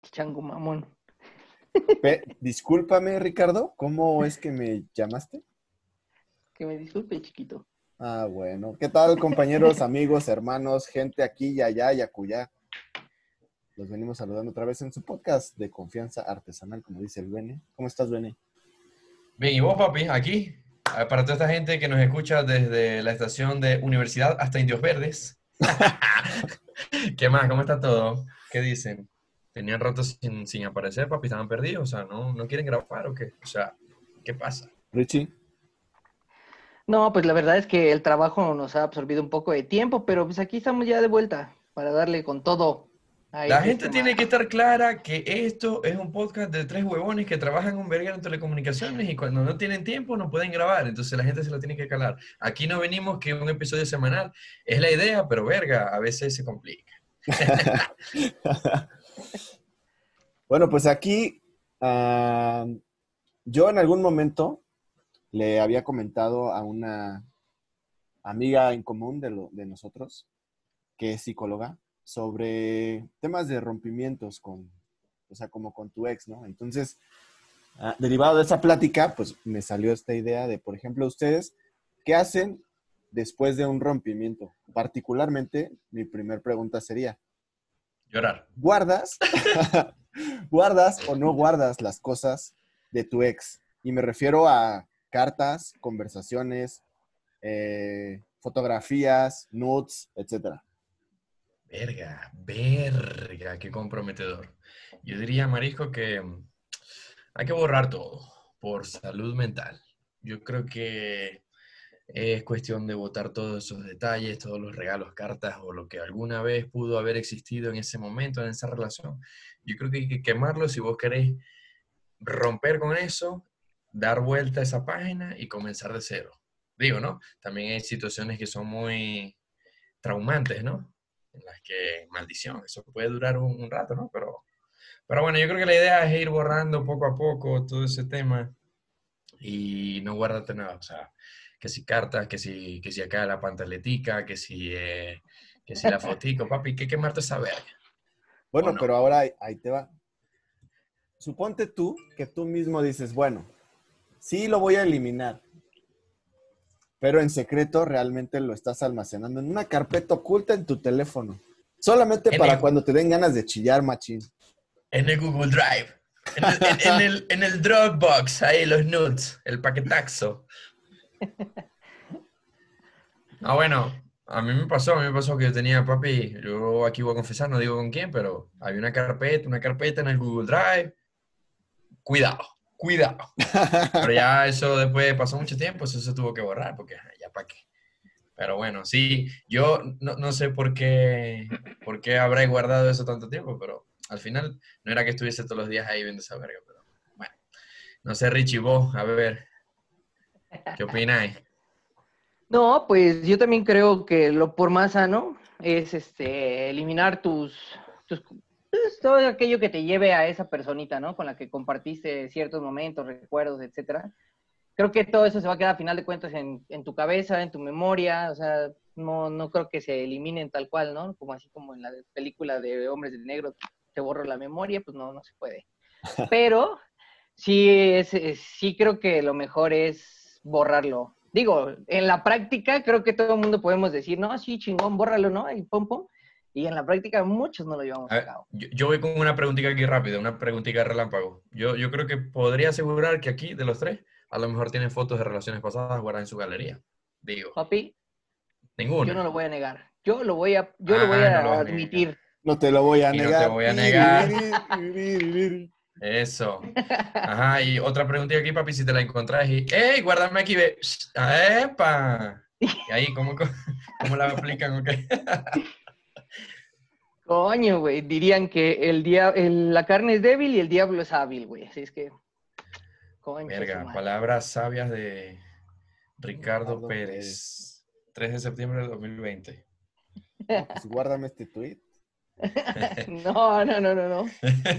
Chango mamón. Discúlpame, Ricardo, ¿cómo es que me llamaste? Que me disculpe, chiquito. Ah, bueno. ¿Qué tal, compañeros, amigos, hermanos, gente aquí y allá y acullá? Los venimos saludando otra vez en su podcast de confianza artesanal, como dice el Bene. ¿Cómo estás, Bene? Bien, ¿y vos, papi? Aquí, para toda esta gente que nos escucha desde la estación de Universidad hasta Indios Verdes. ¿Qué más? ¿Cómo está todo? ¿Qué dicen? ¿Tenían rato sin aparecer, papi? ¿Estaban perdidos? O sea, ¿no quieren grabar o qué? O sea, ¿qué pasa? Richie. No, pues la verdad es que el trabajo nos ha absorbido un poco de tiempo, pero pues aquí estamos ya de vuelta para darle con todo a La este gente tema. tiene que estar clara que esto es un podcast de tres huevones que trabajan un verguero en telecomunicaciones y cuando no tienen tiempo no pueden grabar, entonces la gente se lo tiene que calar. Aquí no venimos que un episodio semanal es la idea, pero verga, a veces se complica. Bueno, pues aquí yo en algún momento le había comentado a una amiga en común de nosotros, que es psicóloga, sobre temas de rompimientos o sea, como con tu ex, ¿no? Entonces, derivado de esa plática, pues me salió esta idea de, por ejemplo, ustedes, ¿qué hacen después de un rompimiento? Particularmente, mi primer pregunta sería, Llorar. ¿guardas, guardas o no guardas las cosas de tu ex? Y me refiero a cartas, conversaciones, fotografías, nudes, etcétera. Verga, qué comprometedor. Yo diría, Marisco, que hay que borrar todo por salud mental. Yo creo que es cuestión de botar todos esos detalles, todos los regalos, cartas o lo que alguna vez pudo haber existido en ese momento, en esa relación. Yo creo que hay que quemarlo si vos querés romper con eso, dar vuelta a esa página y comenzar de cero. Digo, ¿no? También hay situaciones que son muy traumantes, ¿no? En las que, maldición, eso puede durar un rato, ¿no? Pero bueno, yo creo que la idea es ir borrando poco a poco todo ese tema y no guardarte nada. O sea, que si cartas, que si acá la pantaletica, que si la fotico, papi, que quemarte esa verga, ¿o Bueno, no? pero ahora ahí te va. Suponte tú que tú mismo dices, bueno, sí lo voy a eliminar, pero en secreto realmente lo estás almacenando en una carpeta oculta en tu teléfono. Solamente En para el, cuando te den ganas de chillar, machín. en el Google Drive, en el Dropbox, ahí los nudes, el paquetaxo. Ah, bueno, a mí me pasó que yo tenía, papi, yo aquí voy a confesar, no digo con quién, pero había una carpeta en el Google Drive. Cuidado, cuidado. Pero ya eso después pasó mucho tiempo, eso se tuvo que borrar, porque ajá, ya para qué. Pero bueno, sí, yo no sé por qué habré guardado eso tanto tiempo, pero al final no era que estuviese todos los días ahí viendo esa verga, pero bueno. No sé, Richie, vos, a ver, ¿qué opináis? No, pues yo también creo que lo por más sano es eliminar pues, todo aquello que te lleve a esa personita, ¿no? Con la que compartiste ciertos momentos, recuerdos, etcétera. Creo que todo eso se va a quedar a final de cuentas en tu cabeza, en tu memoria, o sea, no creo que se eliminen tal cual, ¿no? Como así como en la película de Hombres de Negro, te borro la memoria, pues no se puede. Pero sí creo que lo mejor es borrarlo. Digo, en la práctica creo que todo el mundo podemos decir, no, sí, chingón, bórralo, ¿no? Y pum, pum. Y en la práctica muchos no lo llevamos A a ver, cabo. yo voy con una preguntita aquí rápida, una preguntita relámpago. Yo creo que podría asegurar que aquí, de los tres, a lo mejor tienen fotos de relaciones pasadas guardadas en su galería. Digo, Papi, yo no ninguna. lo voy a negar. Yo lo voy Ah, no lo a vas a negar. admitir. No te lo voy a Y no te negar. voy a negar. Eso. Ajá, y otra preguntita aquí, papi, si te la encontrás y, ¡ey, guárdame aquí, ve! ¡Epa! Y ahí, ¿cómo la aplican o qué? Coño, güey, dirían que la carne es débil y el diablo es hábil, güey. Así es que, concha su Verga, madre. palabras sabias de Ricardo Ricardo Pérez. Pérez. 3 de septiembre de 2020. No, pues guárdame este tweet. No, no, no, no, no.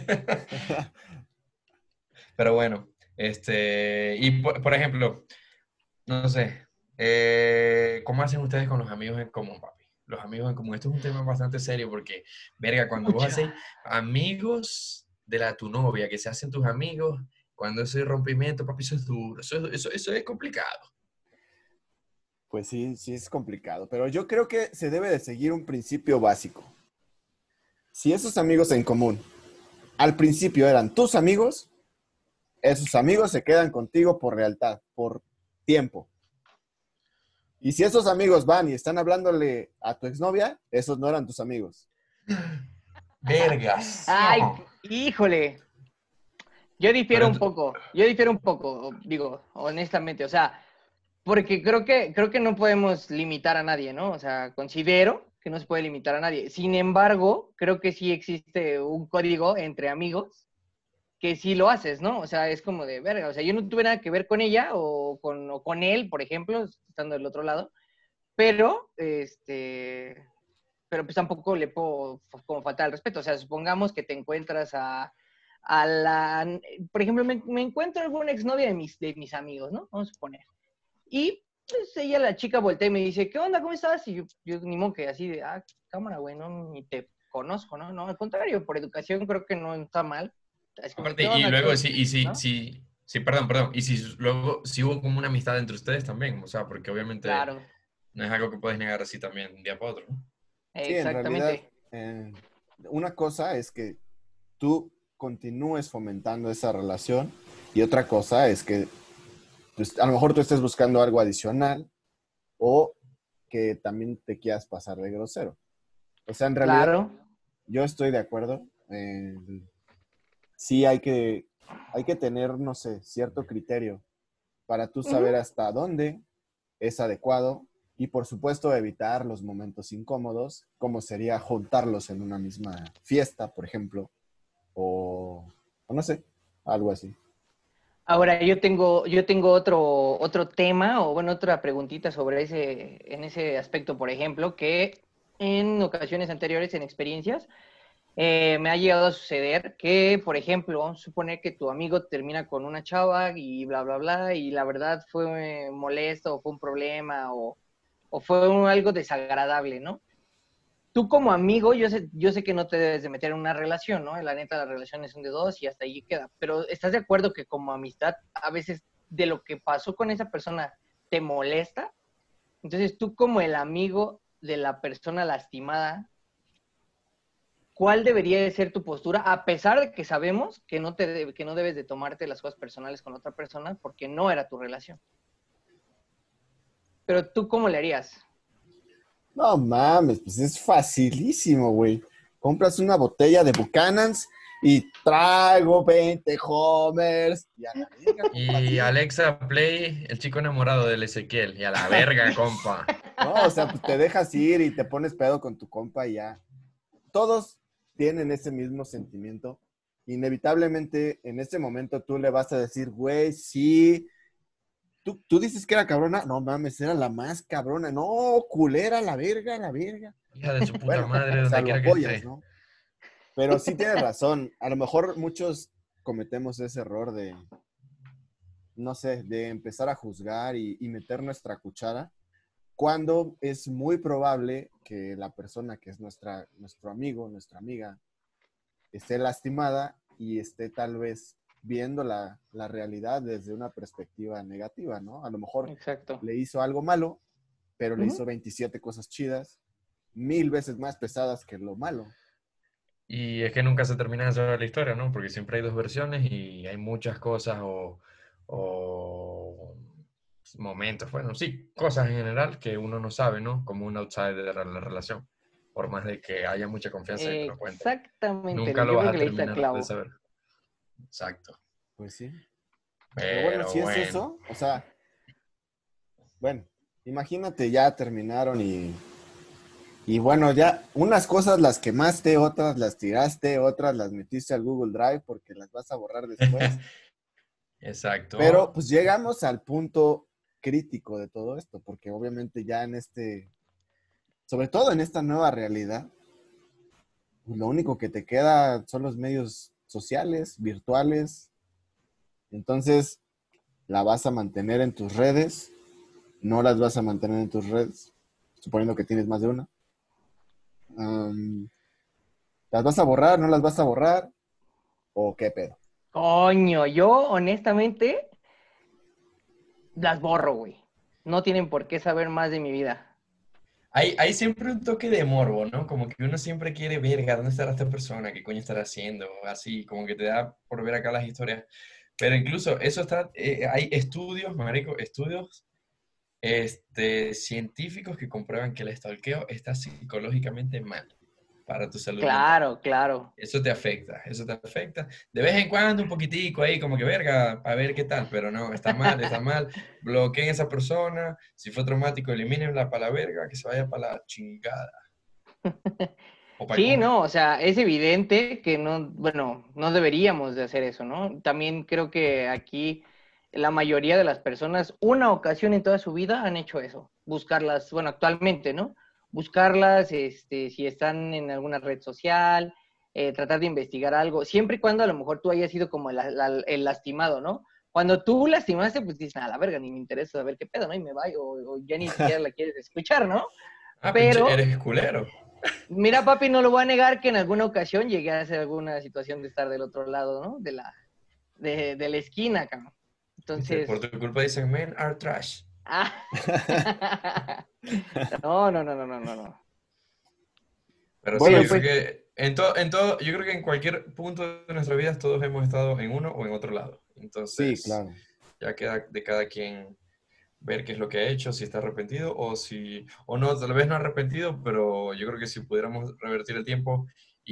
Pero bueno, y por ejemplo, no sé, ¿cómo hacen ustedes con los amigos en común, papi? Los amigos en común, esto es un tema bastante serio porque, verga, cuando vos Mucha. hacéis amigos tu novia, que se hacen tus amigos, cuando ese rompimiento, papi, eso es duro, eso es complicado. Pues sí, sí es complicado, pero yo creo que se debe de seguir un principio básico. Si esos amigos en común al principio eran tus amigos, esos amigos se quedan contigo por lealtad, por tiempo. Y si esos amigos van y están hablándole a tu exnovia, esos no eran tus amigos. Vergas. Ay, No. híjole. Pero Yo difiero un poco, digo, honestamente, o sea, porque creo que no podemos limitar a nadie, ¿no? O sea, considero que no se puede limitar a nadie. Sin embargo, creo que sí existe un código entre amigos que sí lo haces, ¿no? O sea, es como de verga, o sea, yo no tuve nada que ver con ella o con él, por ejemplo, estando del otro lado, pero, pero pues tampoco le puedo como faltar el respeto. O sea, supongamos que te encuentras a la, por ejemplo, me encuentro alguna exnovia de mis amigos, ¿no? Vamos a suponer. Y pues ella, la chica, voltea y me dice, ¿qué onda? ¿Cómo estás? Y yo ni modo que así de, cámara, güey, no, ni te conozco, ¿no? No, al contrario, por educación creo que no está mal. Es como, aparte, ¿qué y onda? luego, ¿No? perdón, y si luego, si hubo como una amistad entre ustedes también, o sea, porque obviamente Claro, no es algo que puedes negar así también de un día para otro, ¿no? Sí, en realidad, exactamente. una cosa es que tú continúes fomentando esa relación y otra cosa es que pues, a lo mejor tú estés buscando algo adicional o que también te quieras pasar de grosero. O sea, en realidad, Claro. yo estoy de acuerdo. Sí hay que tener, no sé, cierto criterio para tú saber Ujú. hasta dónde es adecuado y por supuesto evitar los momentos incómodos, como sería juntarlos en una misma fiesta, por ejemplo, o no sé, algo así. Ahora, yo tengo otro tema, o bueno, otra preguntita sobre en ese aspecto, por ejemplo, que en ocasiones anteriores, en experiencias, me ha llegado a suceder que, por ejemplo, vamos a suponer que tu amigo termina con una chava y bla, bla, bla, y la verdad fue molesto, o fue un problema, o fue algo desagradable, ¿no? Tú como amigo, yo sé que no te debes de meter en una relación, ¿no? La neta, las relaciones son de dos y hasta ahí queda. Pero ¿estás de acuerdo que como amistad, a veces de lo que pasó con esa persona te molesta? Entonces, tú como el amigo de la persona lastimada, ¿cuál debería de ser tu postura? A pesar de que sabemos que que no debes de tomarte las cosas personales con otra persona porque no era tu relación. Pero tú, ¿cómo le harías? No mames, pues es facilísimo, güey. Compras una botella de Buchanan's y traigo 20 Homers y a la verga, compa, Y sí. Alexa Play, el chico enamorado del Ezequiel, y a la verga, compa. No, o sea, pues te dejas ir y te pones pedo con tu compa y ya. Todos tienen ese mismo sentimiento. Inevitablemente, en ese momento tú le vas a decir, güey, sí. ¿Tú dices que era cabrona? No mames, era la más cabrona. No, culera, la verga, la verga. Hija de su puta Bueno, madre, o sea, donde lo quiera que apoyas, esté. ¿no? Pero sí tienes razón. A lo mejor muchos cometemos ese error de, no sé, de empezar a juzgar y meter nuestra cuchara cuando es muy probable que la persona que es nuestro amigo, nuestra amiga, esté lastimada y esté tal vez viendo la realidad desde una perspectiva negativa, ¿no? A lo mejor Exacto. le hizo algo malo, pero le Ujú. hizo 27 cosas chidas, 1000 veces más pesadas que lo malo. Y es que nunca se termina de saber la historia, ¿no? Porque siempre hay dos versiones y hay muchas cosas o momentos, bueno, sí, cosas en general que uno no sabe, ¿no? Como un outsider de la relación. Por más de que haya mucha confianza y te lo cuenten. Exactamente, Nunca lo yo vas creo a que le diste al terminar de clavo. saber. Exacto. Pues sí. Pero bueno, Pero si es bueno. eso, o sea, bueno, imagínate ya terminaron y bueno, ya unas cosas las quemaste, otras las tiraste, otras las metiste al Google Drive porque las vas a borrar después. Pero Exacto. pues llegamos al punto crítico de todo esto, porque obviamente ya en sobre todo en esta nueva realidad, pues, lo único que te queda son los medios sociales, virtuales. Entonces, la vas a mantener en tus redes, no las vas a mantener en tus redes, suponiendo que tienes más de una. Um, las vas a borrar, no las vas a borrar. ¿O qué pedo? Coño, yo honestamente las borro, güey. No tienen por qué saber más de mi vida. Hay siempre un toque de morbo, ¿no? Como que uno siempre quiere verga, ¿dónde estará esta persona? ¿Qué coño estará haciendo? Así, como que te da por ver acá las historias. Pero incluso eso está, hay estudios, marico, estudios científicos que comprueban que el stalkeo está psicológicamente mal para tu salud mental. Claro, claro. Eso te afecta, eso te afecta. De vez en cuando un poquitico ahí, como que verga, a ver qué tal, pero no, está mal, está mal. Bloqueen a esa persona. Si fue traumático, elimínenla para la verga, que se vaya para la chingada. O para el Sí, coño. no, o sea, es evidente que no, bueno, no deberíamos de hacer eso, ¿no? También creo que aquí la mayoría de las personas, una ocasión en toda su vida han hecho eso, buscarlas, bueno, actualmente, ¿no? Buscarlas, si están en alguna red social, tratar de investigar algo, siempre y cuando a lo mejor tú hayas sido como el lastimado, ¿no? Cuando tú lastimaste, pues dices, a la verga, ni me interesa saber qué pedo, ¿no? Y me voy, o ya ni siquiera la quieres escuchar, ¿no? Ah, pinche, Pero eres culero. mira, papi, no lo voy a negar que en alguna ocasión llegué a hacer alguna situación de estar del otro lado, ¿no? De la esquina, cabrón. ¿Viste? Por Entonces, tu culpa dicen men are trash. ah. No, no, no, no, no, no, no. Pero sí, Bueno, Pero yo creo pues, que yo creo que en cualquier punto de nuestras vidas todos hemos estado en uno o en otro lado. sí, Entonces, claro. ya queda de cada quien ver qué es lo que ha hecho, si está arrepentido o si, o no, tal vez no arrepentido, pero yo creo que si pudiéramos revertir el tiempo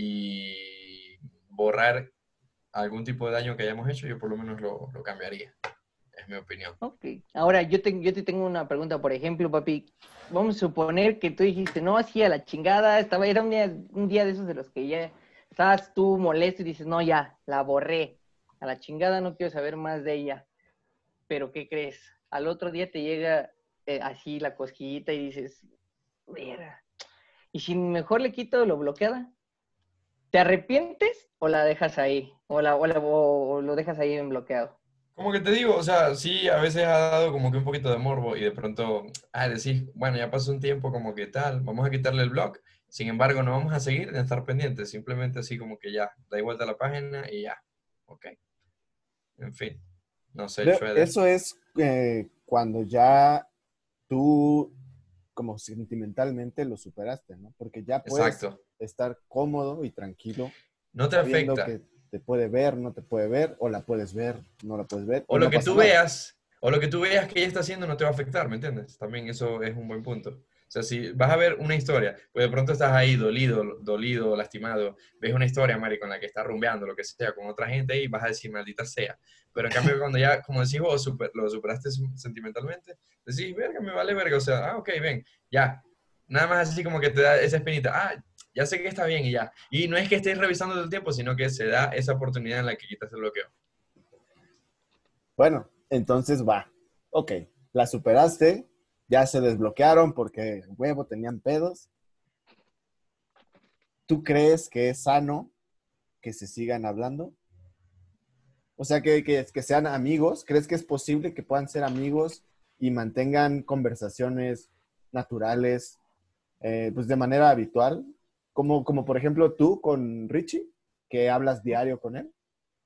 y borrar algún tipo de daño que hayamos hecho, yo por lo menos lo cambiaría, es mi opinión. ok. Ahora, yo te tengo una pregunta, por ejemplo, papi. Vamos a suponer que tú dijiste, no, así a la chingada, era un día de esos de los que ya estabas tú molesto y dices, no, ya, la borré. A la chingada no quiero saber más de ella. Pero ¿qué crees? Al otro día te llega así la cosquillita y dices, mira, y si mejor le quito lo bloqueada, ¿te arrepientes o la dejas ahí? O lo dejas ahí en bloqueado. Como que te digo, o sea, sí, a veces ha dado como que un poquito de morbo y de pronto, decís, bueno, ya pasó un tiempo como que tal, vamos a quitarle el blog, sin embargo, no vamos a seguir en estar pendientes, simplemente así como que ya, da vuelta a la página y ya, ok, en fin, no sé, Shredder. Eso es cuando ya tú, como sentimentalmente, lo superaste, ¿no? Porque ya puedes Exacto, estar cómodo y tranquilo no te sabiendo afecta. que te puede ver, no te puede ver, o la puedes ver, no la puedes ver, O y lo no que pasa tú nada. veas, o lo que tú veas que ella está haciendo no te va a afectar, ¿me entiendes? También eso es un buen punto. O sea, si vas a ver una historia, pues de pronto estás ahí dolido, lastimado, ves una historia, Mari, con la que está rumbeando, lo que sea, con otra gente y vas a decir, maldita sea. Pero en cambio, cuando ya, como decís vos, lo superaste sentimentalmente, decís, verga, me vale verga. O sea, ok, ven, ya. Nada más así como que te da esa espinita. Ya sé que está bien y ya. Y no es que estés revisando todo el tiempo, sino que se da esa oportunidad en la que quitas el bloqueo. Bueno, entonces va. Ok, la superaste, ya se desbloquearon porque, huevo, tenían pedos. ¿Tú crees que es sano que se sigan hablando? O sea, que sean amigos. ¿Crees que es posible que puedan ser amigos y mantengan conversaciones naturales, pues de manera habitual? Como por ejemplo tú con Richie, que hablas diario con él.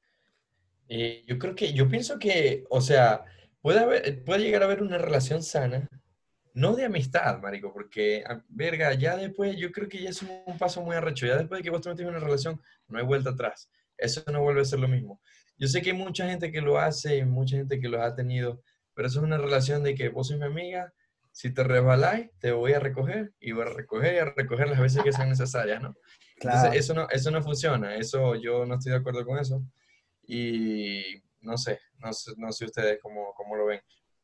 Yo pienso que, o sea, puede llegar a haber una relación sana, no de amistad, marico, porque, verga, ya después, yo creo que ya es un paso muy arrecho, ya después de que vos te metes en una relación, no hay vuelta atrás, eso no vuelve a ser lo mismo. Yo sé que hay mucha gente que lo hace, y mucha gente que lo ha tenido, pero eso es una relación de que vos sos mi amiga, si te resbaláis, te voy a recoger, y voy a recoger y a recoger las veces que sean necesarias, ¿no? Entonces, Claro. eso no funciona, eso yo no estoy de acuerdo con eso. Y no sé ustedes cómo lo ven.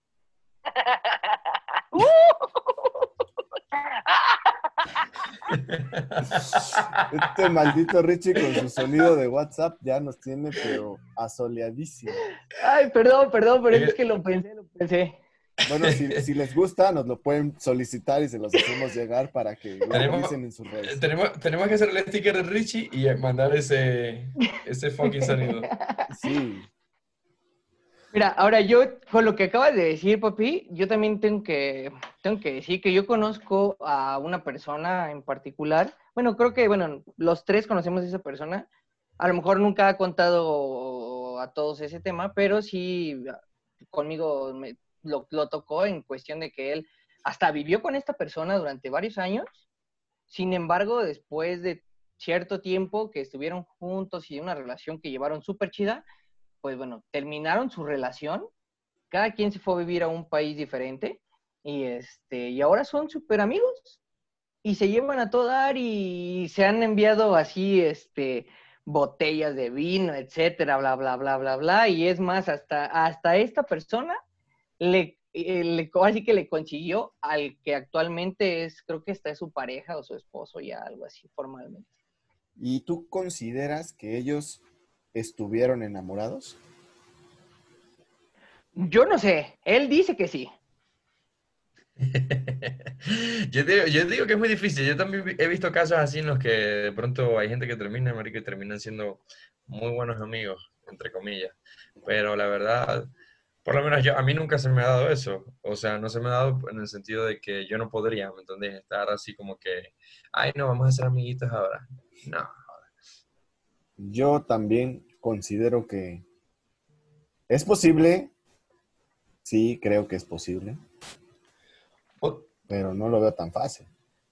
Este maldito Richie con su sonido de WhatsApp ya nos tiene, pero asoleadísimo. Ay, perdón, perdón, pero es Eh, que lo pensé, lo pensé. Bueno, si les gusta, nos lo pueden solicitar y se los hacemos llegar para que lo tenemos, utilicen en sus redes. tenemos que hacer el sticker de Richie y mandar ese fucking sonido. Sí, Mira, ahora yo, con lo que acabas de decir, papi, yo también tengo que decir que yo conozco a una persona en particular. Bueno, creo que, bueno, los tres conocemos a esa persona. A lo mejor nunca ha contado a todos ese tema, pero sí conmigo lo tocó en cuestión de que él hasta vivió con esta persona durante varios años. Sin embargo, después de cierto tiempo que estuvieron juntos y una relación que llevaron súper chida, pues bueno, terminaron su relación, cada quien se fue a vivir a un país diferente y ahora son súper amigos y se llevan a todo dar y se han enviado así, botellas de vino, etcétera, bla, bla, bla, bla, bla, y es más, hasta esta persona así que le consiguió al que actualmente es, creo que está es su pareja o su esposo, ya algo así formalmente. ¿Y tú consideras que ellos estuvieron enamorados? Yo no sé, él dice que sí. Yo digo que es muy difícil. Yo también he visto casos así en los que de pronto hay gente que termina, marico, y terminan siendo muy buenos amigos, entre comillas. Pero la verdad, por lo menos a mí nunca se me ha dado eso. O sea, no se me ha dado en el sentido de que yo no podría, ¿me entendés? Estar así como que, ay, no, vamos a ser amiguitos ahora. No. Yo también considero que es posible, sí, creo que es posible, O- pero no lo veo tan fácil.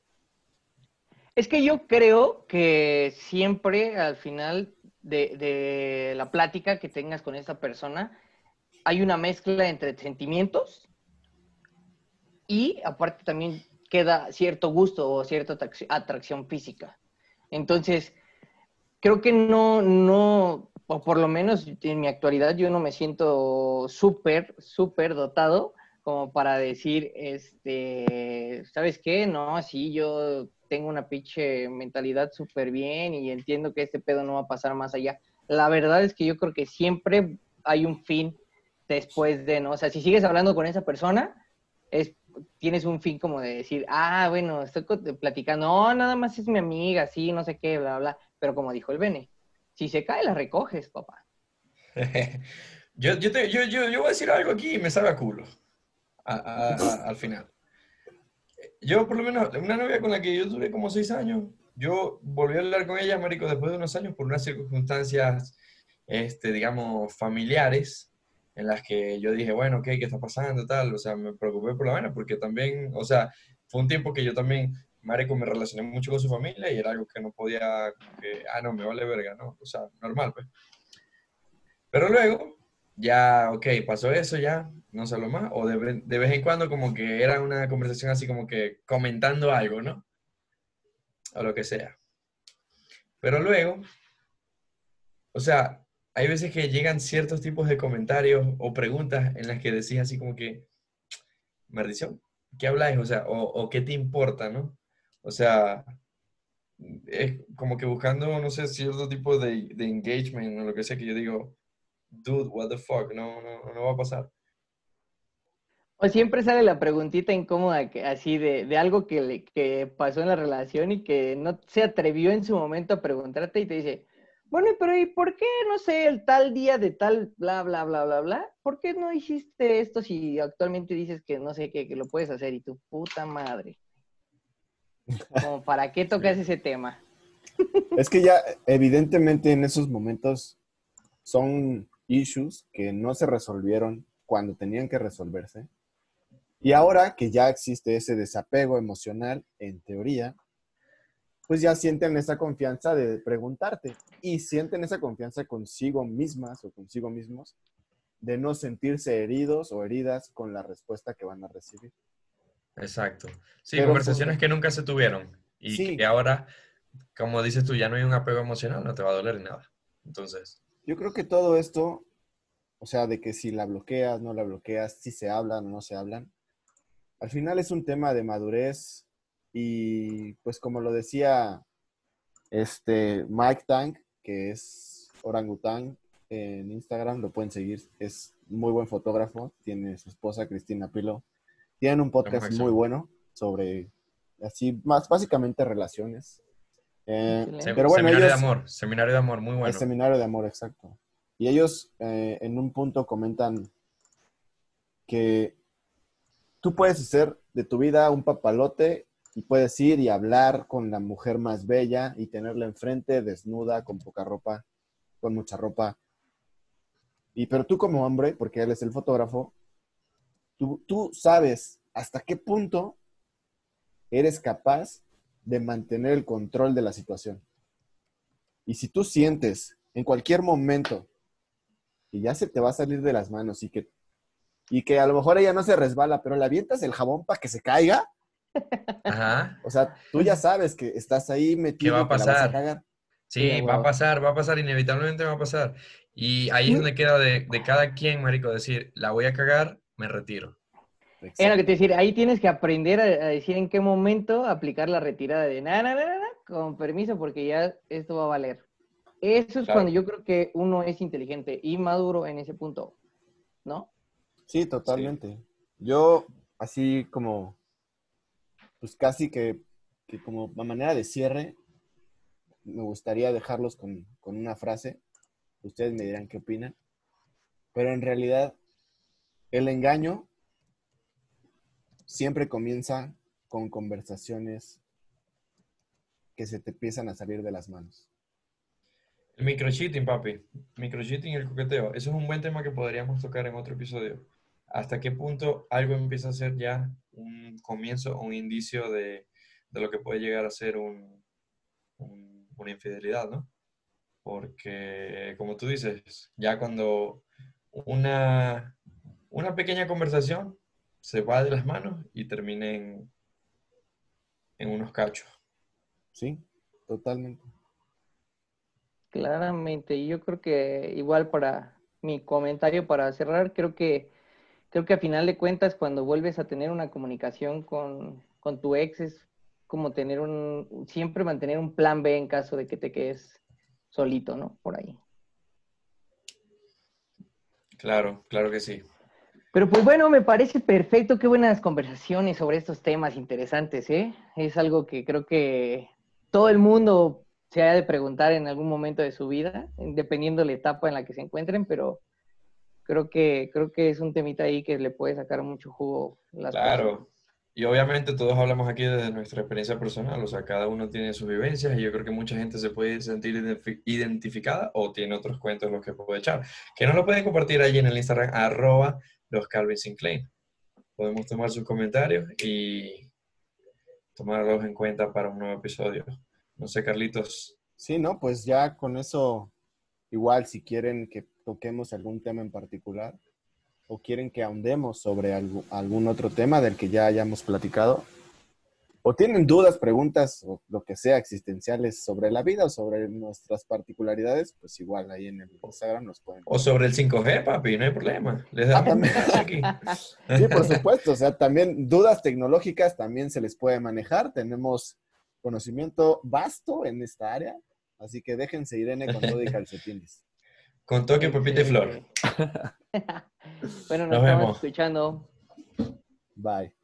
Es que yo creo que siempre al final de la plática que tengas con esta persona hay una mezcla entre sentimientos y aparte también queda cierto gusto o cierta atracción física. Entonces, creo que o por lo menos en mi actualidad yo no me siento súper dotado como para decir, ¿sabes qué? No, sí, yo tengo una pinche mentalidad súper bien y entiendo que este pedo no va a pasar más allá. La verdad es que yo creo que siempre hay un fin después de, ¿no? O sea, si sigues hablando con esa persona, es, tienes un fin como de decir, bueno, estoy platicando, no, nada más es mi amiga, sí, no sé qué, bla, bla. Pero como dijo el Bene, si se cae, la recoges, papá. yo voy a decir algo aquí y me sabe a culo al final. Yo, por lo menos, una novia con la que yo duré como 6 años, yo volví a hablar con ella, marico, después de unos años por unas circunstancias, digamos, familiares, en las que yo dije, bueno, ok, ¿qué está pasando? Tal, o sea, me preocupé por la vaina, porque también, o sea, fue un tiempo que yo también, marico, me relacioné mucho con su familia y era algo que no podía, como que, no, me vale verga, ¿no? O sea, normal, pues. Pero luego, ya, ok, pasó eso, ya, no se habló más, o de vez en cuando como que era una conversación así como que comentando algo, ¿no? O lo que sea. Pero luego, o sea, hay veces que llegan ciertos tipos de comentarios o preguntas en las que decís así como que, maldición, ¿qué habláis? O sea, o qué te importa, ¿no? O sea, es como que buscando, no sé, cierto tipo de engagement o lo que sea que yo digo, dude, what the fuck, no, no, no va a pasar. O siempre sale la preguntita incómoda así de algo que pasó en la relación y que no se atrevió en su momento a preguntarte y te dice, bueno, pero ¿y por qué, no sé, el tal día de tal, bla, bla, bla, bla, bla? ¿Por qué no hiciste esto si actualmente dices que no sé, que lo puedes hacer y tu puta madre? Como, ¿para qué Sí. tocas ese tema? Es que ya evidentemente en esos momentos son issues que no se resolvieron cuando tenían que resolverse. Y ahora que ya existe ese desapego emocional, en teoría, pues ya sienten esa confianza de preguntarte y sienten esa confianza consigo mismas o consigo mismos de no sentirse heridos o heridas con la respuesta que van a recibir. Exacto. Sí, Pero conversaciones que nunca se tuvieron y que sí, ahora, como dices tú, ya no hay un apego emocional, no te va a doler nada. Entonces, yo creo que todo esto, o sea, de que si la bloqueas, no la bloqueas, si se hablan o no se hablan, al final es un tema de madurez y pues como lo decía Mike Tang, que es orangután en Instagram, lo pueden seguir, es muy buen fotógrafo, tiene su esposa Cristina Pilo, tienen un vamos a podcast muy acción. bueno sobre así, más básicamente relaciones. Pero Excelente. bueno, ellos, Seminario de amor, muy el bueno. seminario de amor, exacto. Y ellos en un punto comentan que tú puedes hacer de tu vida un papalote y puedes ir y hablar con la mujer más bella y tenerla enfrente desnuda, con poca ropa. con mucha ropa. Pero tú como hombre, porque él es el fotógrafo, tú sabes hasta qué punto eres capaz de mantener el control de la situación. Y si tú sientes en cualquier momento que ya se te va a salir de las manos y que a lo mejor ella no se resbala, pero le avientas el jabón para que se caiga, Ajá. o sea, tú ya sabes que estás ahí ¿Qué va metido a y que la vas a pasar? cagar. Sí, a Sí, huevo. va a pasar, inevitablemente va a pasar. Y ahí es donde queda de cada quien, marico, decir, la voy a cagar, me retiro. Era lo que te Exacto. decir, ahí tienes que aprender a decir en qué momento aplicar la retirada de nada, nada, nada, con permiso, porque ya esto va a valer. Eso es cuando Claro, yo creo que uno es inteligente y maduro en ese punto, ¿no? Sí, sí. totalmente. Yo, así como, pues casi que como a manera de cierre, me gustaría dejarlos con una frase. Ustedes me dirán qué opinan. Pero en realidad, el engaño siempre comienza con conversaciones que se te empiezan a salir de las manos. El microcheating, papi. Microcheating y el coqueteo. Eso es un buen tema que podríamos tocar en otro episodio. ¿Hasta qué punto algo empieza a ser ya un comienzo o un indicio de lo que puede llegar a ser una infidelidad, ¿no? Porque, como tú dices, ya cuando una, una pequeña conversación se va de las manos y termina en unos cachos. Sí, totalmente. Claramente. Y yo creo que igual para mi comentario para cerrar, creo que a final de cuentas, cuando vuelves a tener una comunicación con tu ex, es como siempre mantener un plan B en caso de que te quedes solito, ¿no? Por ahí. Claro, claro que sí. Pero pues bueno, me parece perfecto, qué buenas conversaciones sobre estos temas interesantes, ¿eh? Es algo que creo que todo el mundo se ha de preguntar en algún momento de su vida, dependiendo la etapa en la que se encuentren, pero creo que es un temita ahí que le puede sacar mucho jugo las personas. Claro. Y obviamente todos hablamos aquí desde nuestra experiencia personal, o sea, cada uno tiene sus vivencias y yo creo que mucha gente se puede sentir identificada o tiene otros cuentos los que puede echar. Que nos lo pueden compartir allí en el Instagram, los Calvin Sinclair. Podemos tomar sus comentarios y tomarlos en cuenta para un nuevo episodio. No sé, Carlitos. Sí, ¿no? Pues ya con eso, igual si quieren que toquemos algún tema en particular o quieren que ahondemos sobre algún otro tema del que ya hayamos platicado, o tienen dudas, preguntas o lo que sea existenciales sobre la vida o sobre nuestras particularidades, pues igual ahí en el Instagram nos pueden O sobre el comentar. 5G, papi, no hay problema. Les Ah, damos una también. clase aquí. Sí, por supuesto. O sea, también dudas tecnológicas también se les puede manejar. Tenemos conocimiento vasto en esta área. Así que déjense Irene con todo y calcetines. Con toque, pepita y flor. Excelente. Bueno, nos Nos estamos vemos. escuchando. Bye.